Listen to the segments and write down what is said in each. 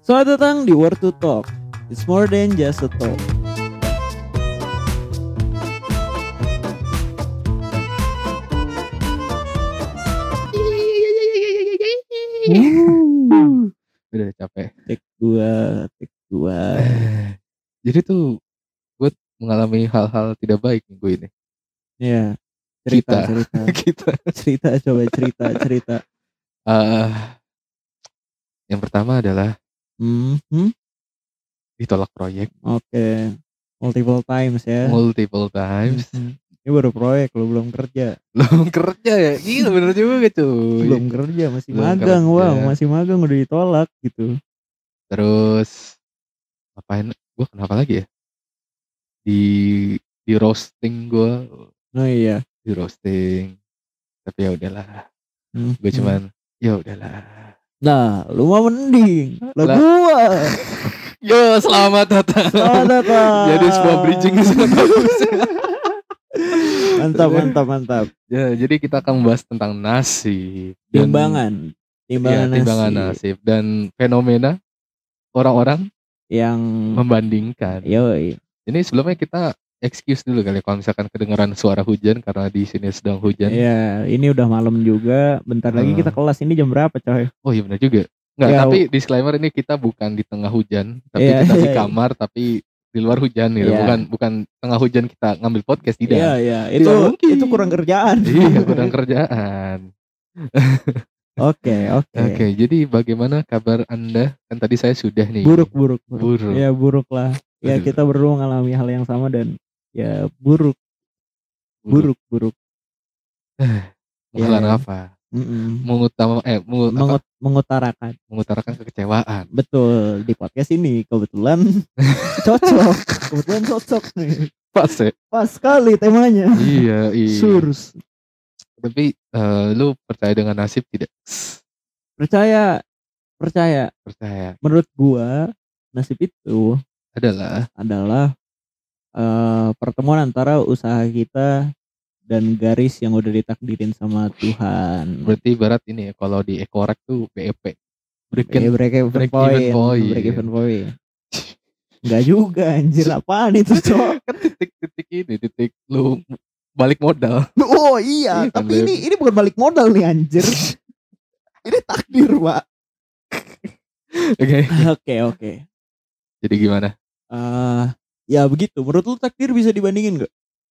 Selamat datang di Word to Talk. It's more than just a talk. Udah capek. Take 2. Jadi tuh gue mengalami hal-hal tidak baik minggu ini. Ya, cerita. Kita. Coba cerita. Yang pertama adalah ditolak proyek Oke. Multiple times ya. Ini baru proyek lo, belum kerja. Belum kerja ya? Gila bener juga cuy. Belum kerja, masih Belum magang. kerja. Wow, masih magang udah ditolak gitu. Terus ngapain? Gue kenapa lagi ya? Di roasting gue. Oh iya. Di roasting. Tapi ya udahlah. Gue cuman ya udahlah. Nah, lu mah mending. Lah Lah. gua. Yo, selamat datang. Jadi sebuah bridging sangat bagus. Mantap. Ya, jadi kita akan membahas tentang nasib. Timbangan nasib dan fenomena orang-orang yang membandingkan. Yoi. Ini sebelumnya kita excuse dulu kali kalau misalkan kedengaran suara hujan karena di sini sedang hujan. Iya, ini udah malam juga. Bentar lagi kita kelas. Ini jam berapa, coy? Oh iya benar juga. Enggak, Ya, tapi disclaimer ini kita bukan di tengah hujan, tapi kita di kamar tapi di luar hujan gitu. Bukan tengah hujan kita ngambil podcast tidak. Iya. Itu kurang kerjaan. Iya, kurang kerjaan. Oke, jadi bagaimana kabar Anda? Kan tadi saya sudah nih. Buruk. Ya buruk lah. Ya Aduh. kita berdua mengalami hal yang sama dan ya buruk. Bukan apa? Mengutarakan kekecewaan. Betul, di podcast ini kebetulan cocok nih. Pas sekali temanya. Iya. Surs. Tapi lu percaya dengan nasib tidak? Percaya. Menurut gua nasib itu adalah pertemuan antara usaha kita dan garis yang udah ditakdirin sama Tuhan. Berarti ibarat ini ya, kalau di ekorek tuh BEP. Break even point. Enggak juga anjir, apaan itu, Cok? Kan titik lu balik modal. Oh iya, tapi ini bukan balik modal nih anjir. Ini takdir, Pak. Oke. Jadi gimana? Ya begitu. Menurut lu takdir bisa dibandingin gak?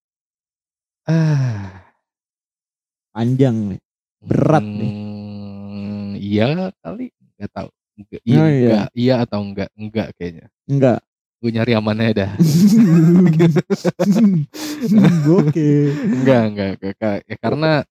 Panjang nih. Berat nih. Iya kali, enggak tahu. Iya atau enggak kayaknya. Enggak. Gue nyari amannya dah. Oke. Enggak. Ya, karena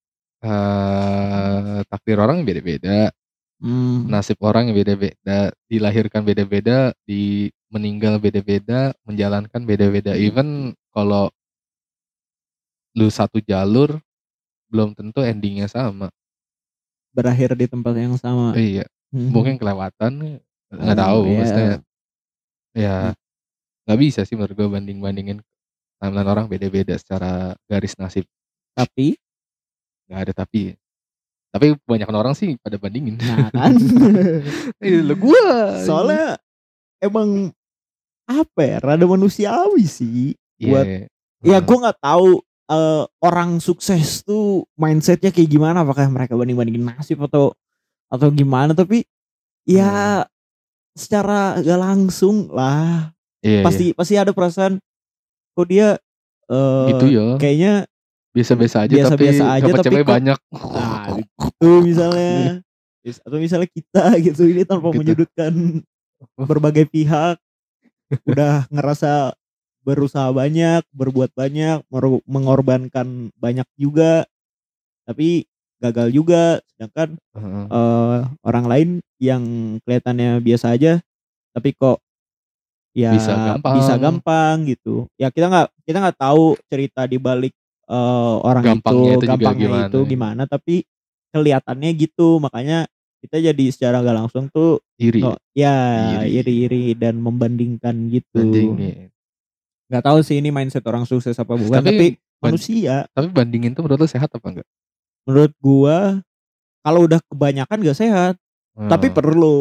takdir orang beda-beda. Nasib orang yang beda-beda, dilahirkan beda-beda, meninggal beda-beda, menjalankan beda-beda. Even kalau lu satu jalur belum tentu endingnya sama. Berakhir di tempat yang sama. Iya. Mungkin kelewatan, nggak tahu. Maksudnya ya nggak bisa sih menurut gue bandingin timeline orang beda-beda secara garis nasib. Tapi nggak ada tapi. Tapi kebanyakan orang sih pada bandingin. Nah kan. Gue. Soalnya emang apa ya? Rada manusiawi sih. Ya gue nggak tahu orang sukses tuh mindsetnya kayak gimana. Apakah mereka bandingin nasib atau gimana? Tapi ya secara gak langsung lah. Pasti ada perasaan. Kok dia gitu ya. Kayaknya biasa-biasa aja tapi cewek banyak. Nah, itu misalnya atau misalnya kita gitu, ini tanpa menyudutkan berbagai pihak, udah ngerasa berusaha banyak, berbuat banyak, mengorbankan banyak juga, tapi gagal juga. Sedangkan orang lain yang kelihatannya biasa aja tapi kok ya bisa gampang gitu. Ya kita nggak tahu cerita di balik orang gampangnya itu gimana, tapi kelihatannya gitu. Makanya kita jadi secara gak langsung tuh iri dan membandingkan gitu. Nggak tahu sih ini mindset orang sukses apa bukan, tapi manusia. Tapi bandingin tuh menurut lo sehat apa enggak? Menurut gua kalau udah kebanyakan gak sehat. Tapi perlu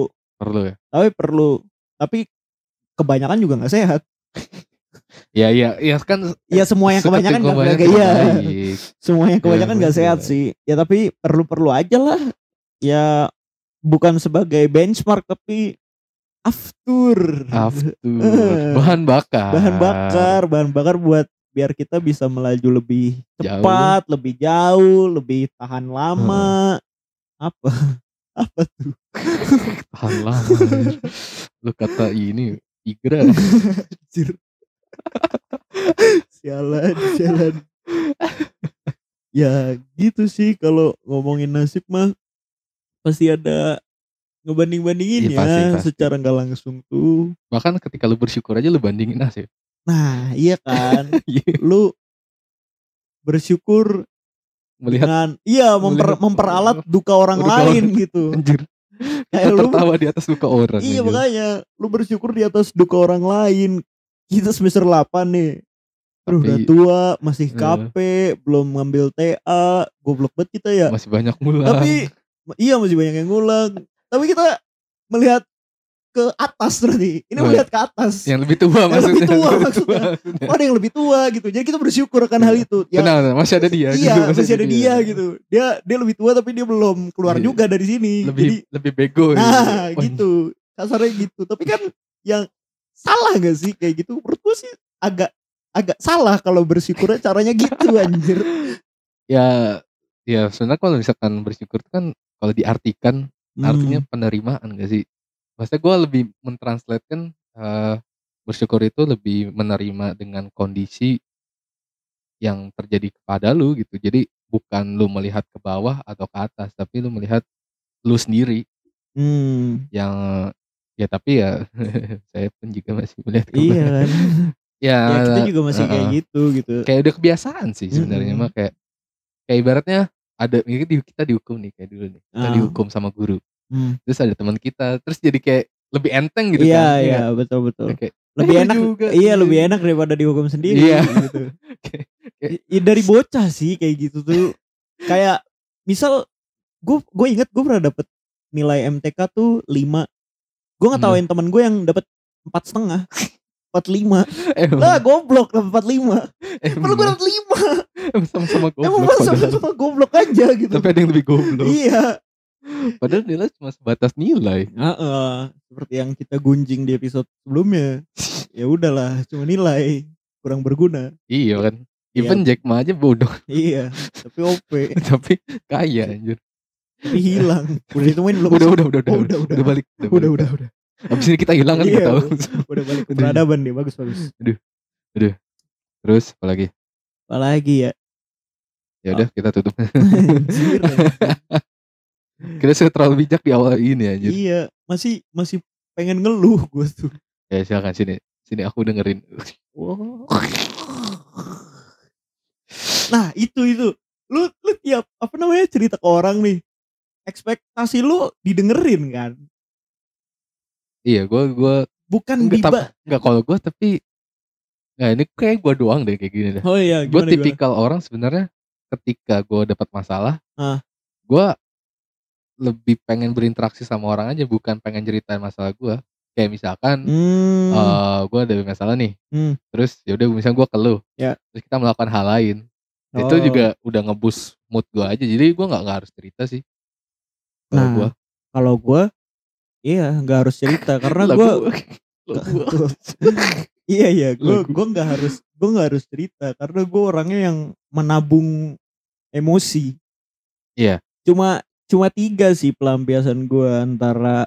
Perlu ya. Tapi kebanyakan juga nggak sehat. Ya kan. Ya semua yang kebanyakan nggak iya. Semua yang kebanyakan nggak sehat sih. Ya tapi perlu aja lah. Ya bukan sebagai benchmark tapi aftur. Bahan bakar buat biar kita bisa melaju lebih cepat, lebih jauh, lebih tahan lama. Apa tuh? Tahan lama. Lu kata ini Igra. Sialan. Ya gitu sih kalau ngomongin nasib mah pasti ada ngebanding-bandingin ya pasti. Secara nggak langsung tuh. Bahkan ketika lu bersyukur aja lu bandingin nasib. Nah iya kan. Lu bersyukur melihat dengan memperalat duka orang lain gitu. Anjir. Kita tertawa di atas duka orang. Iya anjir. Makanya lu bersyukur di atas duka orang lain. Kita semester 8 nih. Udah tua, masih KP, belum ngambil TA, goblok banget kita ya. Masih banyak ngulang. Tapi masih banyak yang ngulang. Tapi kita melihat ke atas berarti. Ini melihat ke atas. Yang lebih tua maksudnya. Oh, ada yang lebih tua gitu. Jadi kita bersyukur akan hal itu. Ya, benar, masih ada dia. Iya, masih ada dia gitu. Dia lebih tua tapi dia belum keluar juga dari sini. Lebih bego. Nah, gitu. Kasarnya gitu. Tapi kan yang salah gak sih kayak gitu? Menurut gue sih agak salah kalau bersyukurnya caranya gitu anjir. Ya sebenarnya kalau misalkan bersyukur itu kan kalau diartikan artinya penerimaan gak sih? Maksudnya gue lebih mentranslatekan bersyukur itu lebih menerima dengan kondisi yang terjadi kepada lu gitu. Jadi bukan lu melihat ke bawah atau ke atas, tapi lu melihat lu sendiri. Yang ya tapi ya saya pun juga masih melihat ke bawah. Iya kan. Ya kita juga masih kayak gitu. Kayak udah kebiasaan sih sebenarnya mah kayak ibaratnya ada kita dihukum nih kayak dulu nih. Kita dihukum sama guru. Terus ada teman kita, terus jadi kayak lebih enteng gitu kan. Iya, betul. Lebih enak juga, lebih enak daripada dihukum sendiri gitu. Dari bocah sih kayak gitu tuh. Kayak misal gue inget gue pernah dapet nilai MTK tuh 5. Gue ngetawain temen gue yang dapet 4,5. 45. Lah goblok dapet 45. Padahal gue dapet 5. Sama-sama goblok. Emang sama-sama goblok aja gitu. Tapi ada yang lebih goblok. Iya. Padahal nilai cuma sebatas nilai. Seperti yang kita gunjing di episode sebelumnya. Ya udahlah, cuma nilai, kurang berguna. Iya kan. Even Jack Ma aja bodoh. Iya, tapi OP. Tapi kaya anjir. Tapi hilang. Udah ditemuin belum? Udah balik. Udah. Abis ini kita hilang kan kita tahu. Udah balik ke peradaban deh, bagus. Aduh. Terus apalagi ya? Ya udah kita tutup. Kita sudah terlalu bijak di awal ini anjir. Iya, masih pengen ngeluh gue tuh. Ya silakan sini aku dengerin. Nah itu lu tiap cerita ke orang nih, ekspektasi lu didengerin kan? Iya, gue bukan enggak kalau gue tapi ini kayak gue doang deh kayak gini deh. Oh iya, gue tipikal orang sebenarnya ketika gue dapat masalah, gue lebih pengen berinteraksi sama orang aja, bukan pengen ceritain masalah gue. Kayak misalkan gue ada masalah nih, terus yaudah misalnya gue keluh, terus kita melakukan hal lain, itu juga udah ngeboost mood gue aja. Jadi gue nggak harus cerita sih. Kalau gue iya nggak harus cerita karena gue gue nggak harus cerita karena gue orangnya yang menabung emosi. Iya. Cuma 3 sih pelampiasan gue, antara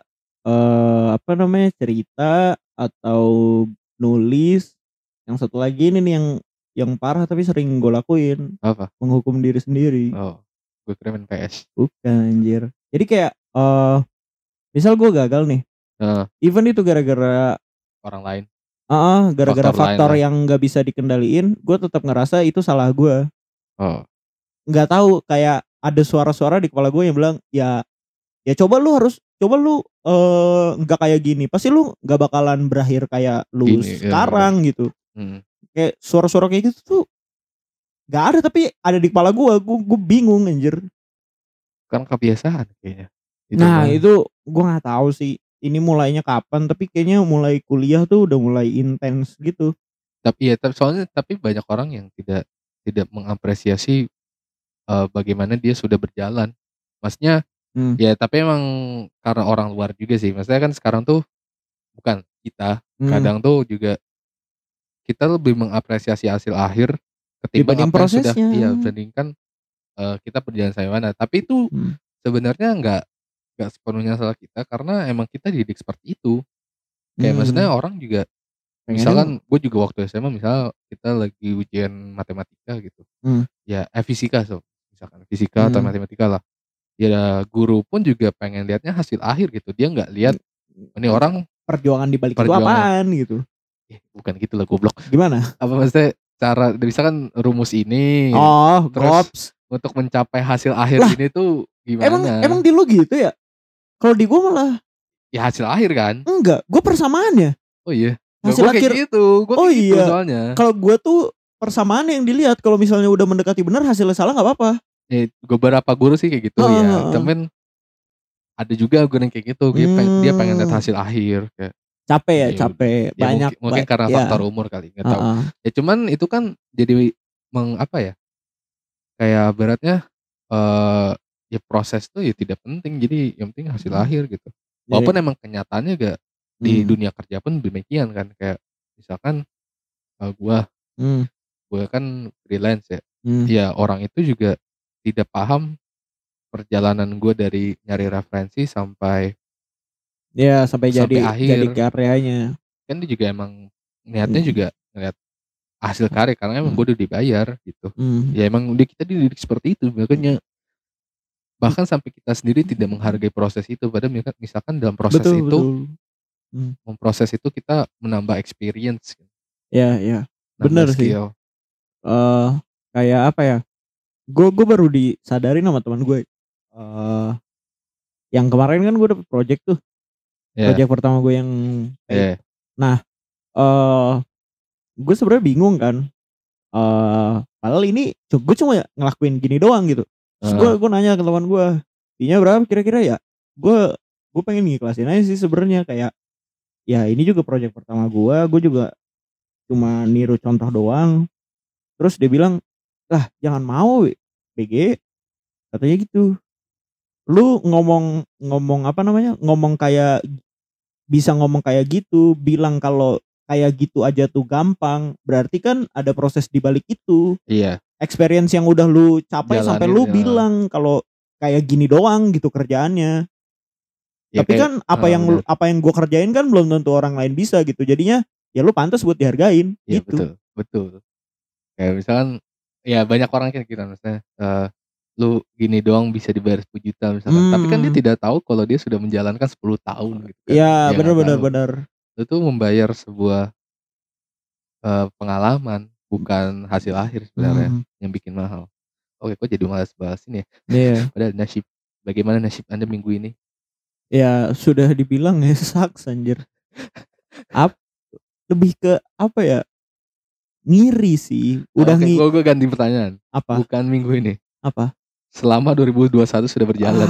cerita atau nulis. Yang satu lagi ini nih yang parah tapi sering gue lakuin. Apa? Menghukum diri sendiri. Oh, gue kira main PS. Bukan anjir. Jadi kayak misal gue gagal nih. Even itu gara-gara orang lain. Gara-gara faktor yang nggak bisa dikendaliin, gue tetap ngerasa itu salah gue. Nggak tahu, kayak ada suara-suara di kepala gue yang bilang ya coba lu nggak kayak gini, pasti lu nggak bakalan berakhir kayak lu gini, sekarang ya. Gitu. Kayak suara-suara kayak gitu tuh nggak ada, tapi ada di kepala gue bingung anjir. Kan kebiasaan kayaknya. Itu gue nggak tahu sih. ini mulainya kapan, tapi kayaknya mulai kuliah tuh udah mulai intens gitu. Tapi banyak orang yang tidak mengapresiasi bagaimana dia sudah berjalan. Maksudnya ya tapi emang karena orang luar juga sih. Maksudnya kan sekarang tuh bukan kita, kadang tuh juga kita lebih mengapresiasi hasil akhir ketimbang Dibanding apa yang sudah prosesnya. bandingkan kita berjalan sampai mana. Tapi itu sebenarnya nggak sepenuhnya salah kita karena emang kita dididik seperti itu. Kayak maksudnya orang juga misalkan gue juga waktu SMA misal kita lagi ujian matematika gitu. Ya fisika misalkan fisika atau matematika lah. Ya guru pun juga pengen lihatnya hasil akhir gitu. Dia nggak lihat ini orang perjuangan di balik itu apaan gitu. Bukan gitu lah goblok. Gimana? Apa maksudnya cara misalkan rumus ini. Terus untuk mencapai hasil akhir ini tuh gimana? Emang di lu gitu ya? Kalau di gue malah ya hasil akhir kan? Enggak, gue persamaannya. Oh iya. Hasil akhir kayak gitu. Gue kayak gitu soalnya. Kalau gue tuh persamaan yang dilihat. Kalau misalnya udah mendekati benar hasilnya salah nggak apa-apa. Beberapa guru sih kayak gitu ya. Cuman ada juga guru yang kayak gitu. Dia pengen lihat hasil akhir kayak. Capek banyak. Mungkin karena faktor umur kali nggak tahu. Ya cuman itu kan jadi apa ya? Kayak beratnya ya proses tuh ya tidak penting. Jadi yang penting hasil akhir gitu. Walaupun emang kenyataannya gak di dunia kerja pun demikian kan. Kayak misalkan gue kan freelance ya. Ya orang itu juga tidak paham perjalanan gue dari nyari referensi sampai jadi akhir. Jadi karyanya. Kan dia juga emang niatnya juga ngeliat hasil karya karena emang gue udah dibayar gitu. Ya emang kita dididik seperti itu makanya bahkan sampai kita sendiri tidak menghargai proses itu. Padahal misalkan dalam proses memproses itu kita menambah experience. Ya bener sih. Kayak apa ya? Gue baru disadarin sama teman gue. Yang kemarin kan gue dapet project tuh. Project pertama gue yang Nah gue sebenarnya bingung kan. Padahal ini gue cuma ngelakuin gini doang gitu. Terus gue nanya ke teman gue, fee-nya berapa kira-kira ya? Gue pengen ngiklasin aja sih sebenarnya kayak ya ini juga project pertama gue juga cuma niru contoh doang. Terus dia bilang, lah jangan mau BG, katanya gitu. Lu ngomong apa namanya? Ngomong kayak bisa ngomong kayak gitu, bilang kalau kayak gitu aja tuh gampang, berarti kan ada proses di balik itu. Iya. Experience yang udah lu capai sampai lu bilang kalau kayak gini doang gitu kerjaannya. Ya, tapi kan apa yang gue kerjain kan belum tentu orang lain bisa gitu. Jadinya ya lu pantas buat dihargain ya, gitu. Betul. Kayak misalkan ya banyak orang kayak gitu misalnya lu gini doang bisa dibayar 10 juta misalkan. Tapi kan dia tidak tahu kalau dia sudah menjalankan 10 tahun gitu kan. Iya, benar. Lu tuh membayar sebuah pengalaman bukan hasil akhir sebenarnya yang bikin mahal. Oke, kok jadi malas bahas ini ya? Iya. Padahal bagaimana nasib Anda minggu ini? Ya sudah dibilang ya sucks anjir. Lebih ke apa ya? Ngiri sih. Udah gue ganti pertanyaan. Apa? Bukan minggu ini. Apa? Selama 2021 sudah berjalan.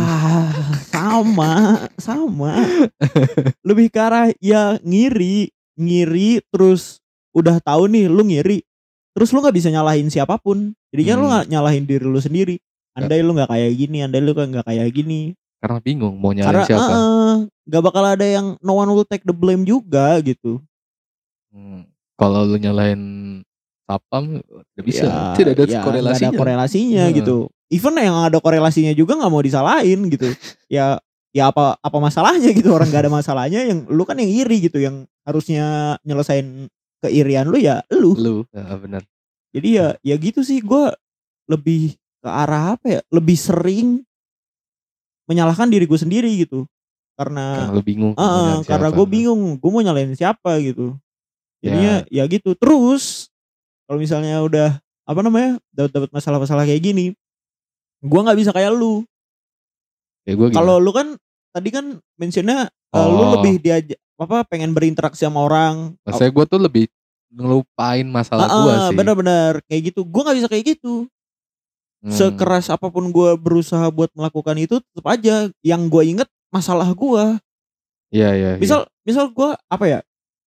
Sama. Lebih ke arah ya ngiri terus udah tahu nih lu ngiri. Terus lu gak bisa nyalahin siapapun. Jadinya lu gak nyalahin diri lu sendiri. Andai lu gak kayak gini, andai lu gak kayak gini. Karena bingung mau nyalahin siapa. Gak bakal ada yang no one will take the blame juga gitu. Kalau lu nyalahin Sapam tidak bisa. Tidak ada korelasinya. Gak ada korelasinya gitu. Even yang ada korelasinya juga gak mau disalahin gitu. Ya apa masalahnya gitu. Orang gak ada masalahnya. Yang lu kan yang iri gitu. Yang harusnya nyelesain keirian lu ya lu. Benar. Jadi ya gitu sih. Gue lebih ke arah apa ya, lebih sering menyalahkan diri gue sendiri gitu. Karena lu bingung. karena gue bingung gue mau nyalahin siapa gitu. Jadinya ya gitu. Terus kalau misalnya udah apa namanya dapat masalah-masalah kayak gini, gue nggak bisa kayak lu. Kalau lu kan tadi kan mentionnya lu lebih diajak pengen berinteraksi sama orang. Saya gue tuh lebih ngelupain masalah gue sih. Benar-benar kayak gitu. Gue nggak bisa kayak gitu. Sekeras apapun gue berusaha buat melakukan itu, tetap aja yang gue inget masalah gue. Iya iya iya. Misal gue apa ya?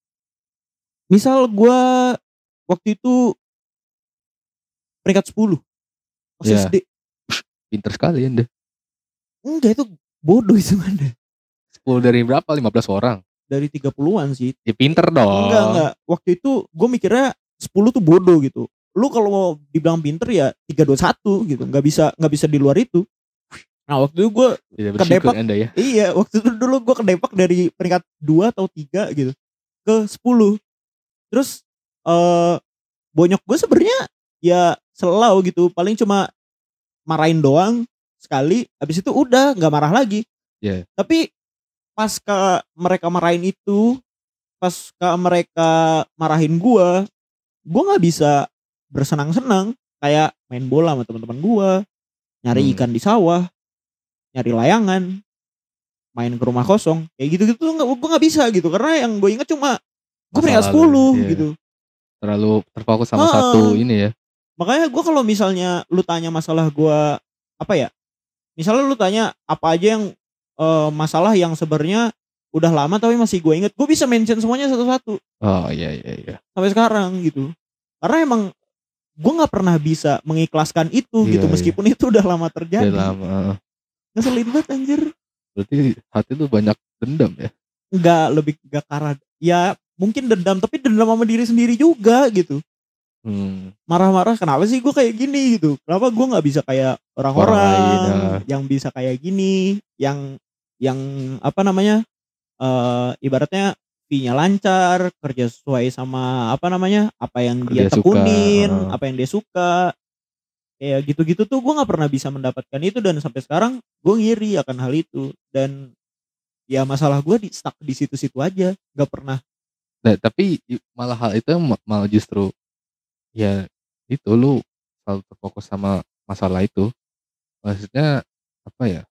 Misal gue waktu itu peringkat 10 pas Iya. SD. Pinter sekali Anda. Enggak, itu bodoh hitungannya. 10 dari berapa? 15 orang. Dari 30-an sih. Ya pinter dong. Enggak. Waktu itu gue mikirnya 10 tuh bodoh gitu. Lu kalau mau dibilang pinter ya 3 2 1 gitu. Nggak bisa di luar itu. Nah waktu itu gue Tidak ke bersyukur Depak. Anda ya. Iya, waktu itu dulu gue ke Depak dari peringkat 2 atau 3 gitu ke 10. Terus bonyok gue sebenarnya ya selau gitu. Paling cuma marahin doang sekali, habis itu udah nggak marah lagi. Iya. Tapi pas ke mereka marahin itu, pas ke mereka marahin gua nggak bisa bersenang-senang kayak main bola sama teman-teman gua, nyari ikan di sawah, nyari layangan, main ke rumah kosong, kayak gitu-gitu tuh gua nggak bisa gitu karena yang gue inget cuma gua Masa peringkat lalu 10 ya. gitu. Terlalu terfokus sama satu Heeh. ini ya. Makanya gua kalau misalnya lu tanya masalah gua apa ya? Misalnya lu tanya apa aja yang masalah yang sebenarnya udah lama tapi masih gue inget, gue bisa mention semuanya satu-satu Oh iya iya iya. sampai sekarang gitu. Karena emang gue nggak pernah bisa mengikhlaskan itu Iya gitu iya. meskipun itu udah lama Udah terjadi. lama. Ngeselin banget anjir. Berarti hati lu banyak dendam ya? Nggak, lebih gak karena ya mungkin dendam tapi dendam sama diri sendiri juga gitu. Hmm. Marah-marah kenapa sih gue kayak gini gitu. Kenapa gue nggak bisa kayak Orang lain. orang-orang yang bisa kayak gini, yang apa namanya? Ibaratnya fee-nya lancar, kerja sesuai sama apa namanya, apa yang dia Dia suka. tekunin, apa yang dia suka. Kayak gitu-gitu tuh gue nggak pernah bisa mendapatkan itu dan sampai sekarang gue ngiri akan hal itu dan ya masalah gue stuck di situ-situ aja, nggak pernah. Nah, tapi malah hal itu malah justru ya itu lu selalu terfokus sama masalah itu. Maksudnya apa ya?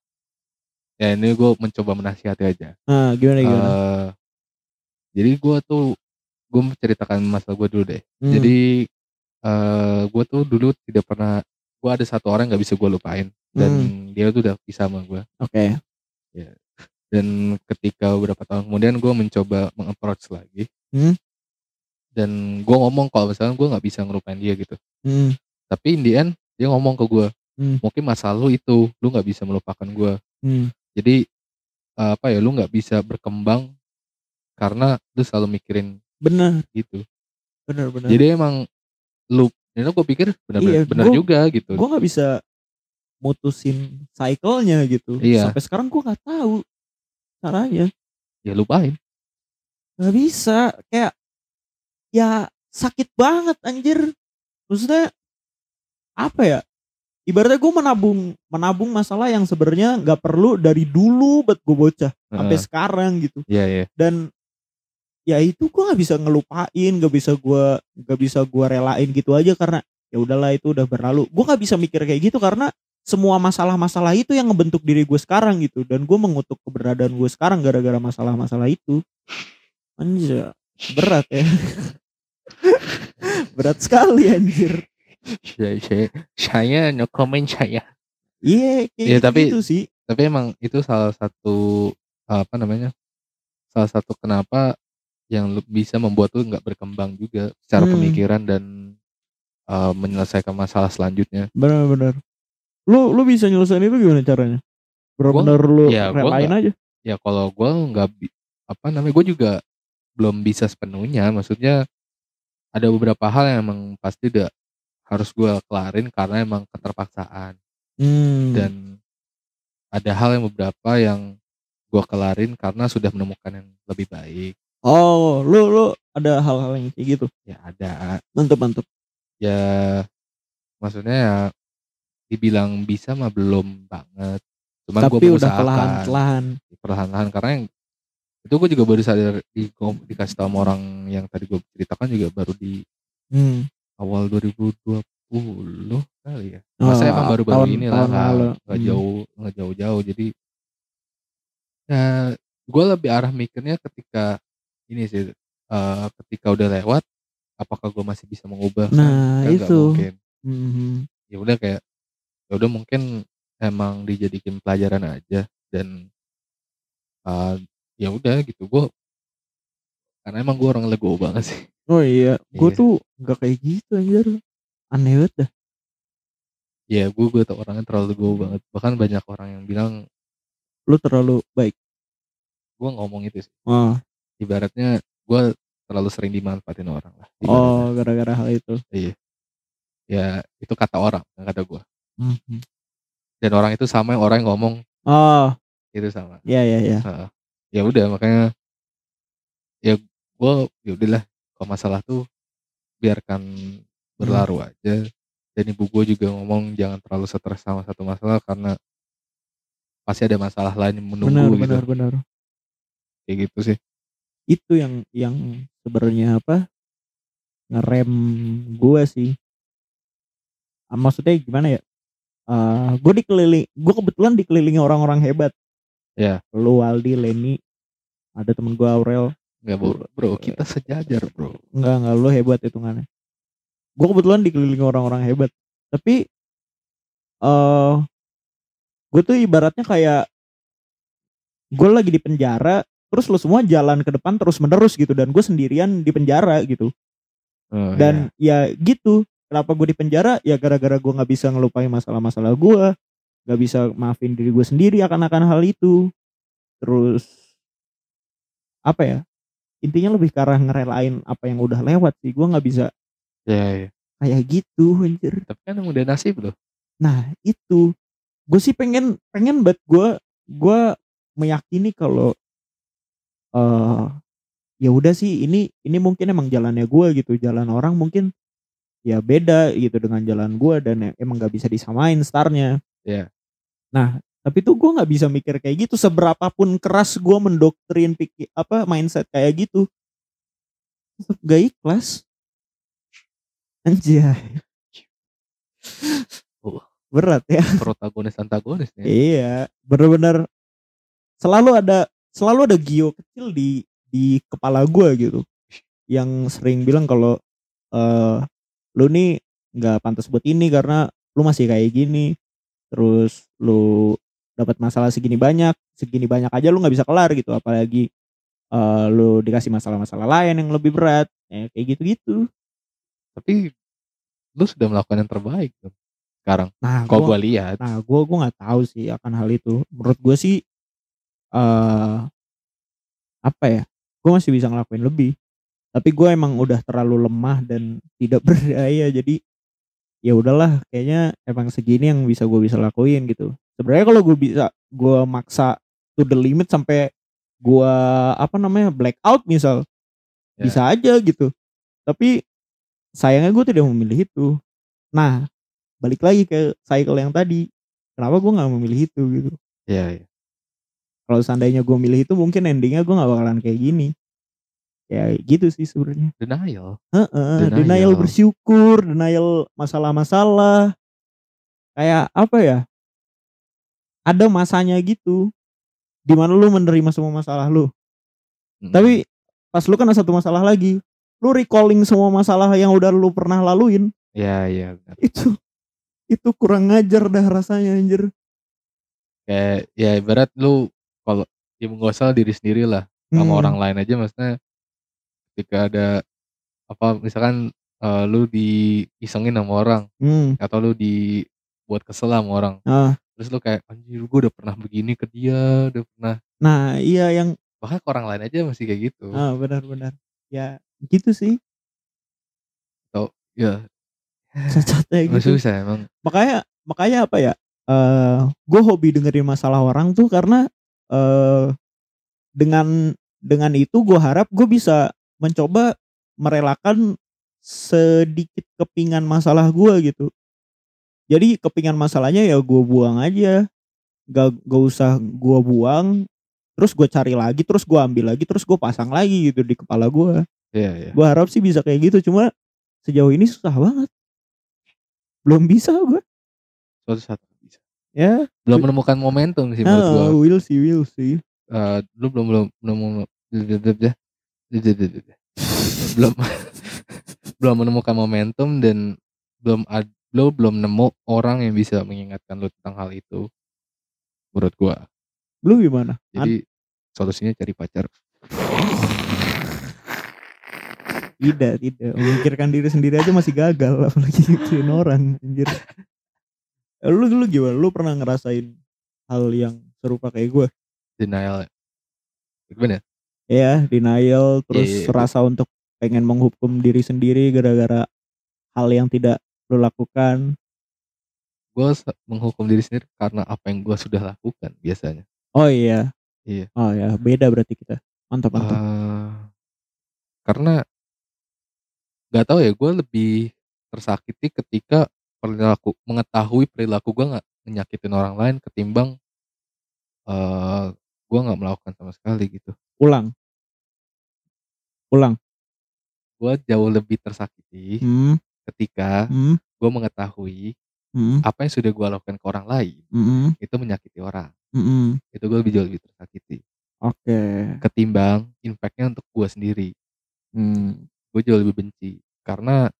Ya ini gue mencoba menasihati aja. Nah, gimana? eh jadi gue menceritakan masalah gue dulu deh. Hmm, Jadi gue tuh dulu tidak pernah, gue ada satu orang nggak bisa gue lupain dan hmm, dia tuh udah pisah sama gue. oke. Ya. Dan ketika beberapa tahun kemudian gue mencoba meng-approach lagi Hmm, dan gue ngomong kalau misalnya gue nggak bisa ngelupain dia gitu. hmm, Tapi in the end dia ngomong ke gue, hmm, mungkin masa lu itu lu nggak bisa melupakan gue. hmm. Jadi apa ya, lu nggak bisa berkembang karena lu selalu mikirin Bener, gitu. bener. Jadi emang lu, dan gue pikir benar-benar Iya, benar juga gitu. gue nggak bisa mutusin cycle-nya gitu. Iya, Sampai sekarang gue nggak tahu caranya. ya lupain. Nggak bisa, kayak ya sakit banget anjir. Maksudnya apa ya? Ibaratnya gue menabung masalah yang sebenarnya nggak perlu dari dulu buat gue bocah sampai Heeh. sekarang gitu. Iya iya. Dan ya itu gue nggak bisa ngelupain, nggak bisa gue relain gitu aja karena ya udahlah itu udah berlalu. Gue nggak bisa mikir kayak gitu karena semua masalah-masalah itu yang ngebentuk diri gue sekarang gitu dan gue mengutuk keberadaan gue sekarang gara-gara masalah-masalah itu. Anjir, berat ya. Berat sekali anjir. Saya no comment saya. Iya, kayak Iya gitu-gitu sih. tapi emang itu salah satu apa namanya, salah satu kenapa yang bisa membuat lu nggak berkembang juga secara Hmm, pemikiran dan menyelesaikan masalah selanjutnya. benar. Lu bisa nyelesain itu gimana caranya? Gua Bener-bener lu gua relain nggak, aja? ya kalau gua nggak apa namanya, gue juga belum bisa sepenuhnya. Maksudnya ada beberapa hal yang emang pasti udah harus gua kelarin karena emang keterpaksaan, Hmm. dan ada hal yang beberapa yang gua kelarin karena sudah menemukan yang lebih baik. Oh, lu ada hal-hal yang kayak gitu? Ya ada, Mantep. ya maksudnya ya dibilang bisa mah belum banget, cuman gue Tapi udah mengusahakan perlahan-lahan. perlahan-lahan karena yang itu gue juga baru sadar dikasih tahu sama orang yang tadi gue ceritakan juga baru di Hmm. awal 2020 kali ya. Masa emang Oh, baru-baru tahun inilah, tahun lalu. nggak jauh-jauh. Jadi ya gue lebih arah mikirnya ketika ini sih, ketika udah lewat apakah gue masih bisa mengubah, kan Nah, kan nggak itu. mungkin. Mhm. Ya udah kayak, ya udah mungkin emang dijadiin pelajaran aja dan, eee, ya udah gitu. Gue karena emang gue orang legowo banget sih. Oh iya, gue Iya. tuh nggak kayak gitu anjir. Aneh banget dah. Ya gue tuh orangnya terlalu legowo banget. Bahkan banyak orang yang bilang Lu terlalu baik. gue ngomong itu sih. Oh, Ibaratnya gue terlalu sering dimanfaatin orang lah. Ibaratnya. oh gara-gara hal itu. Iya. Ya itu kata orang, bukan kata gue. Mhm. Dan orang itu sama yang orang yang ngomong Oh, itu sama. iya iya iya. Heeh. Ya udah makanya ya gue ya udahlah kalau masalah tuh biarkan berlalu aja. Dan ibu gue juga ngomong jangan terlalu stres sama satu masalah karena pasti ada masalah lain yang Benar menunggu gitu. benar benar. Kayak gitu sih. Itu yang sebenarnya apa? Ngerem gue sih. Maksudnya gimana ya? Gue kebetulan dikelilingi orang-orang hebat. Ya. Lu Aldi, Leni, ada temen gue Aurel. Enggak bro, kita sejajar bro. Enggak lu hebat hitungannya. Gue kebetulan dikelilingi orang-orang hebat. Tapi gue tuh ibaratnya kayak gue lagi di penjara, terus lu semua jalan ke depan terus menerus gitu, dan gue sendirian di penjara gitu. Oh, Dan ya gitu, kenapa gue di penjara? Ya gara-gara gue nggak bisa ngelupain masalah-masalah gue, nggak bisa maafin diri gue sendiri akan hal itu. Terus apa ya? Intinya lebih ke arah ngerelain apa yang udah lewat sih. Gue nggak bisa ya. kayak gitu anjir. Tapi kan udah nasib loh. Nah itu gue sih pengen banget gue meyakini kalau ya udah sih, ini mungkin emang jalannya gue gitu, jalan orang mungkin ya beda gitu dengan jalan gue, dan emang nggak bisa disamain startnya. Ya. Nah tapi tuh gue nggak bisa mikir kayak gitu, seberapapun keras gue mendoktrin mindset kayak gitu, tetap gak ikhlas anjay. Berat ya. Protagonis antagonis ya. Iya bener-bener selalu ada Gio kecil di kepala gue gitu, yang sering bilang kalau lu nih nggak pantas buat ini karena lu masih kayak gini, terus lu dapat masalah segini banyak aja lu nggak bisa kelar gitu, apalagi lu dikasih masalah-masalah lain yang lebih berat, kayak gitu-gitu. Tapi lu sudah melakukan yang terbaik tuh sekarang. Nah Kalau gue lihat. Nah gue nggak tahu sih akan hal itu. Menurut gue sih eh apa ya? Gue masih bisa ngelakuin lebih. Tapi gue emang udah terlalu lemah dan tidak berdaya, jadi ya udahlah, kayaknya emang segini yang bisa lakuin gitu. Sebenarnya kalau gue maksa to the limit sampai gue blackout misal, bisa aja gitu. Tapi sayangnya gue tidak memilih itu. Nah balik lagi ke cycle yang tadi, kenapa gue nggak memilih itu gitu. Iya. Kalau seandainya gue milih itu, mungkin endingnya gue nggak bakalan kayak gini. Ya gitu sih sebenarnya. Denial bersyukur, denial masalah-masalah. Kayak apa ya? Ada masanya gitu, dimana lu menerima semua masalah lu. Tapi pas lu kena satu masalah lagi, lu recalling semua masalah yang udah lu pernah laluin. Iya. Itu kurang ngajar dah rasanya anjir. Kayak ya ibarat lu kalau ya nggak usah diri sendiri lah, sama orang lain aja, maksudnya ketika ada apa misalkan lu diisengin sama orang, atau lu dibuat kesel sama orang, terus lu kayak anjir gue udah pernah begini ke dia, udah pernah. Nah iya, yang bahkan ke orang lain aja masih kayak gitu. Benar ya gitu sih. Atau ya Cacatnya gitu. susah emang. Makanya apa ya, gue hobi dengerin masalah orang tuh karena dengan itu gue harap gue bisa mencoba merelakan sedikit kepingan masalah gue gitu. Jadi kepingan masalahnya ya gue buang aja, gak usah gue buang, terus gue cari lagi, terus gue ambil lagi, terus gue pasang lagi gitu di kepala gue. Iya. Gue harap sih bisa kayak gitu, cuma sejauh ini susah banget, belum bisa gue. Suatu saat bisa. Ya. Belum menemukan momentum sih menurut gue. Will see. Lu belum belum menemukan momentum, dan belum nemu orang yang bisa mengingatkan lu tentang hal itu menurut gua. Lu gimana? Jadi solusinya cari pacar. Tidak. Memikirkan diri sendiri aja masih gagal, apalagi mikirin orang, anjir. Lu dulu gimana? Lu pernah ngerasain hal yang serupa kayak gue? Denial. Gimana? Ya, denial, terus Iya, rasa untuk pengen menghukum diri sendiri gara-gara hal yang tidak lu lakukan. gue menghukum diri sendiri karena apa yang gue sudah lakukan biasanya. Oh iya. Iya. Oh ya, beda berarti kita. Mantap. Karena nggak tahu ya, gue lebih tersakiti ketika mengetahui perilaku gue nggak menyakitin orang lain ketimbang gue nggak melakukan sama sekali gitu. Ulang. Gue jauh lebih tersakiti ketika gue mengetahui apa yang sudah gue lakukan ke orang lain itu menyakiti orang. Itu gue jauh lebih tersakiti. Oke. Ketimbang impactnya untuk gue sendiri. Gue jauh lebih benci karena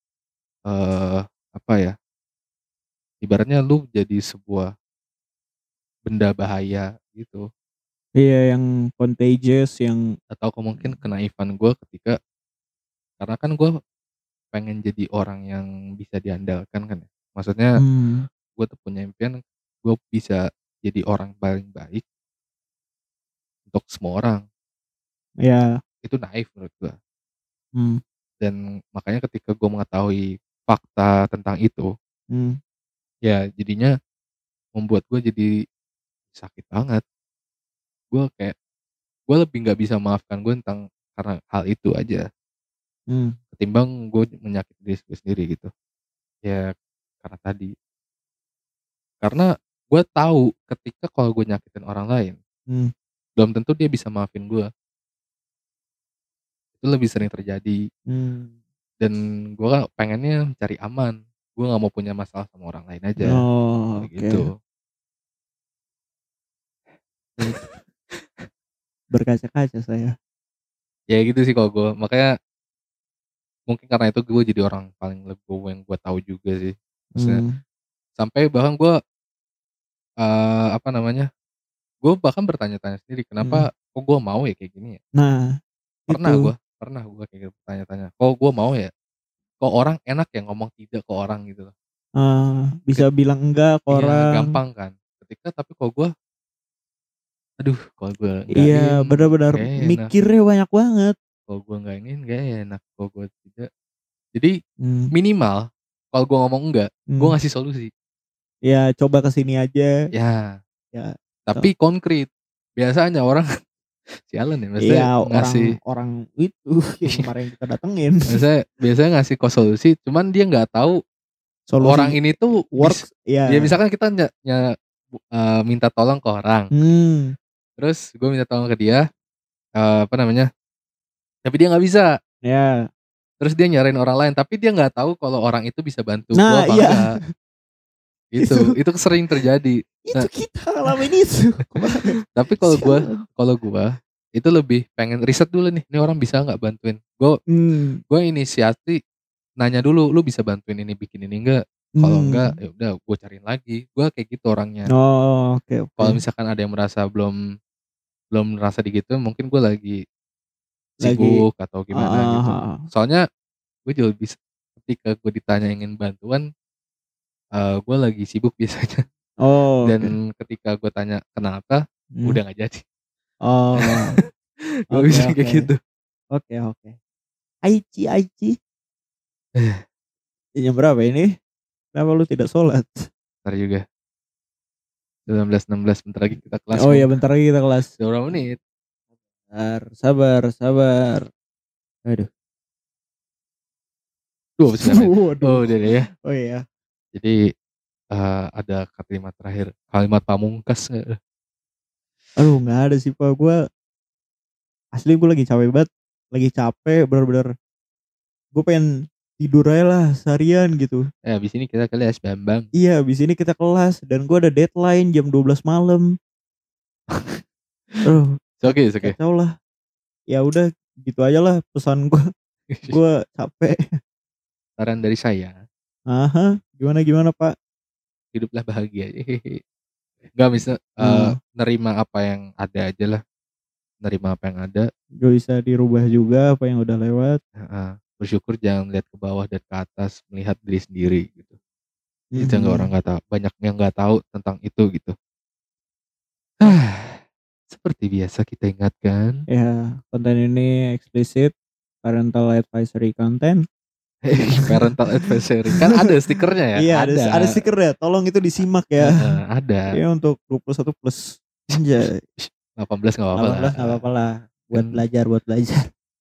apa ya, ibaratnya lu jadi sebuah benda bahaya gitu. Iya, yang contagious, yang Atau mungkin kenaifan gue ketika, karena kan gue pengen jadi orang yang bisa diandalkan kan ya. Maksudnya gue tuh punya impian gue bisa jadi orang paling baik untuk semua orang. ya. Itu naif menurut gue. Hmm. Dan makanya ketika gue mengetahui fakta tentang itu, ya jadinya membuat gue jadi sakit banget. Gue kayak, gue lebih nggak bisa maafkan gue tentang karena hal itu aja. Ketimbang gue menyakiti diri gue sendiri gitu. Ya karena tadi. Karena gue tahu ketika kalau gue nyakitin orang lain, belum tentu dia bisa maafin gue. Itu lebih sering terjadi. Dan gue pengennya mencari aman. Gue nggak mau punya masalah sama orang lain aja. Gitu. Berkaca-kaca saya. Ya gitu sih kalau gue. Makanya mungkin karena itu gue jadi orang paling legowo yang gue tahu juga sih. Maksudnya sampai bahkan gue gue bahkan bertanya-tanya sendiri kenapa kok gue mau ya kayak gini ya. Nah, pernah gue kayak gitu bertanya-tanya kok gue mau ya, kok orang enak ya ngomong tidak ke orang gitu loh. Bisa bilang enggak ke orang. Iya gampang kan ketika, tapi kok gue kalau gue iya, benar-benar mikirnya banyak banget. Kalau gue nggak ingin gak enak, kalau gue tidak. Jadi minimal kalau gue ngomong enggak, gue ngasih solusi. Ya coba kesini aja. Ya. Tapi konkret. Biasanya orang sialan ya, maksudnya ngasih orang itu yang kemarin kita datengin. Biasanya ngasih solusi, cuman dia nggak tahu solusi orang ini tuh works. Ya misalkan kita minta tolong ke orang. Terus gue minta tolong ke dia, tapi dia nggak bisa. Ya. Terus dia nyarain orang lain, tapi dia nggak tahu kalau orang itu bisa bantu gue apa enggak. Itu sering terjadi. Itu kita ngalamin itu. Tapi kalau gue itu lebih pengen riset dulu nih, ini orang bisa nggak bantuin. Gue inisiasi nanya dulu, lu bisa bantuin ini bikin ini enggak? Kalau enggak, ya udah gue cariin lagi. Gue kayak gitu orangnya. Oke. Kalau misalkan ada yang merasa belum merasa digituin, mungkin gue lagi sibuk atau gimana gitu. Soalnya gue juga bisa ketika gue ditanya ingin bantuan, gue lagi sibuk biasanya. Dan ketika gue tanya kenapa, udah nggak jadi. Gue bisa kayak gitu. Oke. Aici. Jam berapa ini? Kenapa lu tidak sholat? Ntar juga 19.16 bentar lagi kita kelas. Oh iya bentar lagi kita kelas. Berapa menit? Sabar. Aduh. 29 menit. Oh udah deh ya. Oh iya. Jadi ada kalimat terakhir, kalimat pamungkas gak? Aduh gak ada sih Pak. Gue asli gue lagi capek banget. Lagi capek bener-bener. Gue pengen tidur aja lah seharian gitu. Abis ini kita kelas Bambang. Iya abis ini kita kelas. Dan gue ada deadline jam 12 malam. Oke. Kacau lah. Ya udah gitu aja lah pesan gue. Gue capek. Saran dari saya. Gimana Pak? Hiduplah bahagia. Gak bisa nerima apa yang ada aja lah. nerima apa yang ada. Gak bisa dirubah juga apa yang udah lewat. Bersyukur, jangan lihat ke bawah dan ke atas, melihat diri sendiri gitu. Itu yang orang nggak tahu, banyak yang nggak tahu tentang itu gitu. Seperti biasa kita ingatkan. Ya, konten ini eksplisit, parental advisory content. Parental advisory kan ada stikernya ya. Iya, ada stikernya. Tolong itu disimak ya. Ada. Ya untuk 21 plus. Anjay. 18 nggak apa-apa lah. 18 nggak apa-apa lah. Buat belajar.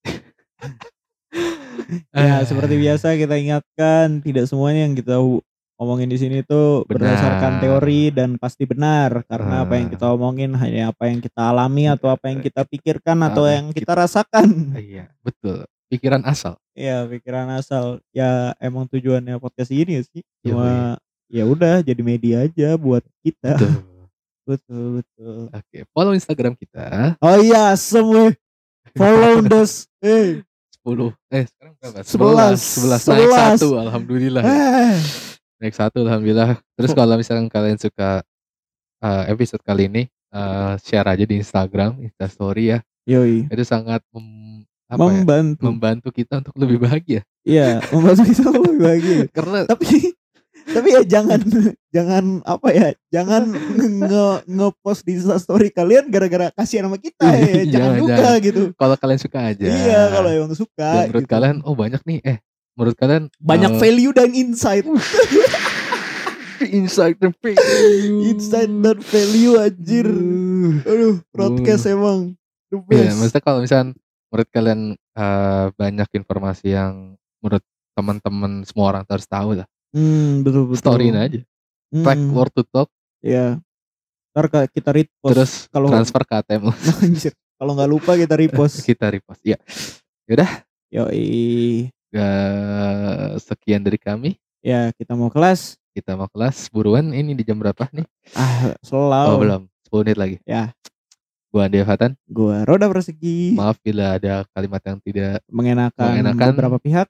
Ya, seperti biasa kita ingatkan, tidak semuanya yang kita omongin di sini tuh berdasarkan teori dan pasti benar, karena apa yang kita omongin hanya apa yang kita alami atau apa yang kita pikirkan atau yang kita rasakan. Iya, betul. Pikiran asal. Iya, pikiran asal. Ya emang tujuannya podcast ini sih. Cuma ya udah jadi media aja buat kita. Betul. Oke, follow Instagram kita. Oh iya, semua follow us. 10. Sekarang berapa? 11 naik 1, alhamdulillah. Naik 1, alhamdulillah. Terus kalau misalkan kalian suka episode kali ini, share aja di Instagram, Instastory ya. Yoi. Itu sangat membantu kita untuk lebih bahagia. Iya, membantu kita lebih bahagia. Karena tapi ya jangan apa ya, jangan nge-post di Instastory kalian gara-gara kasihan sama kita ya. Jangan juga gitu. Kalau kalian suka aja. Iya, kalau emang suka. Dan menurut kalian, banyak nih, menurut kalian banyak value dan insight. Insight dan value anjir. Aduh, broadcast emang the best. Iya, maksudnya kalau misalkan menurut kalian banyak informasi yang menurut teman-teman semua orang harus tahu lah. Betul. Storyin aja. Fact worth to talk. Iya. Ntar kita repost. Terus kalau transfer ke ATM. Kalau nggak lupa kita repost. Iya. Yaudah. Yoi. Sekian dari kami. Ya, kita mau kelas. Buruan, ini di jam berapa nih? Selalu. Oh, belum. 10 menit lagi. Ya. Gua Andi Fatan. Gua Roda Persegi. Maaf bila ada kalimat yang tidak mengenakan beberapa pihak.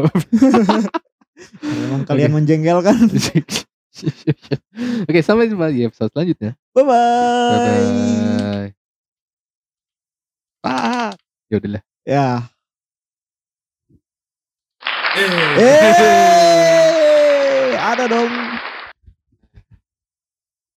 Memang kalian menjengkelkan. Oke, sampai jumpa di episode selanjutnya. Bye-bye. Yaudahlah. Ya. Ada dong.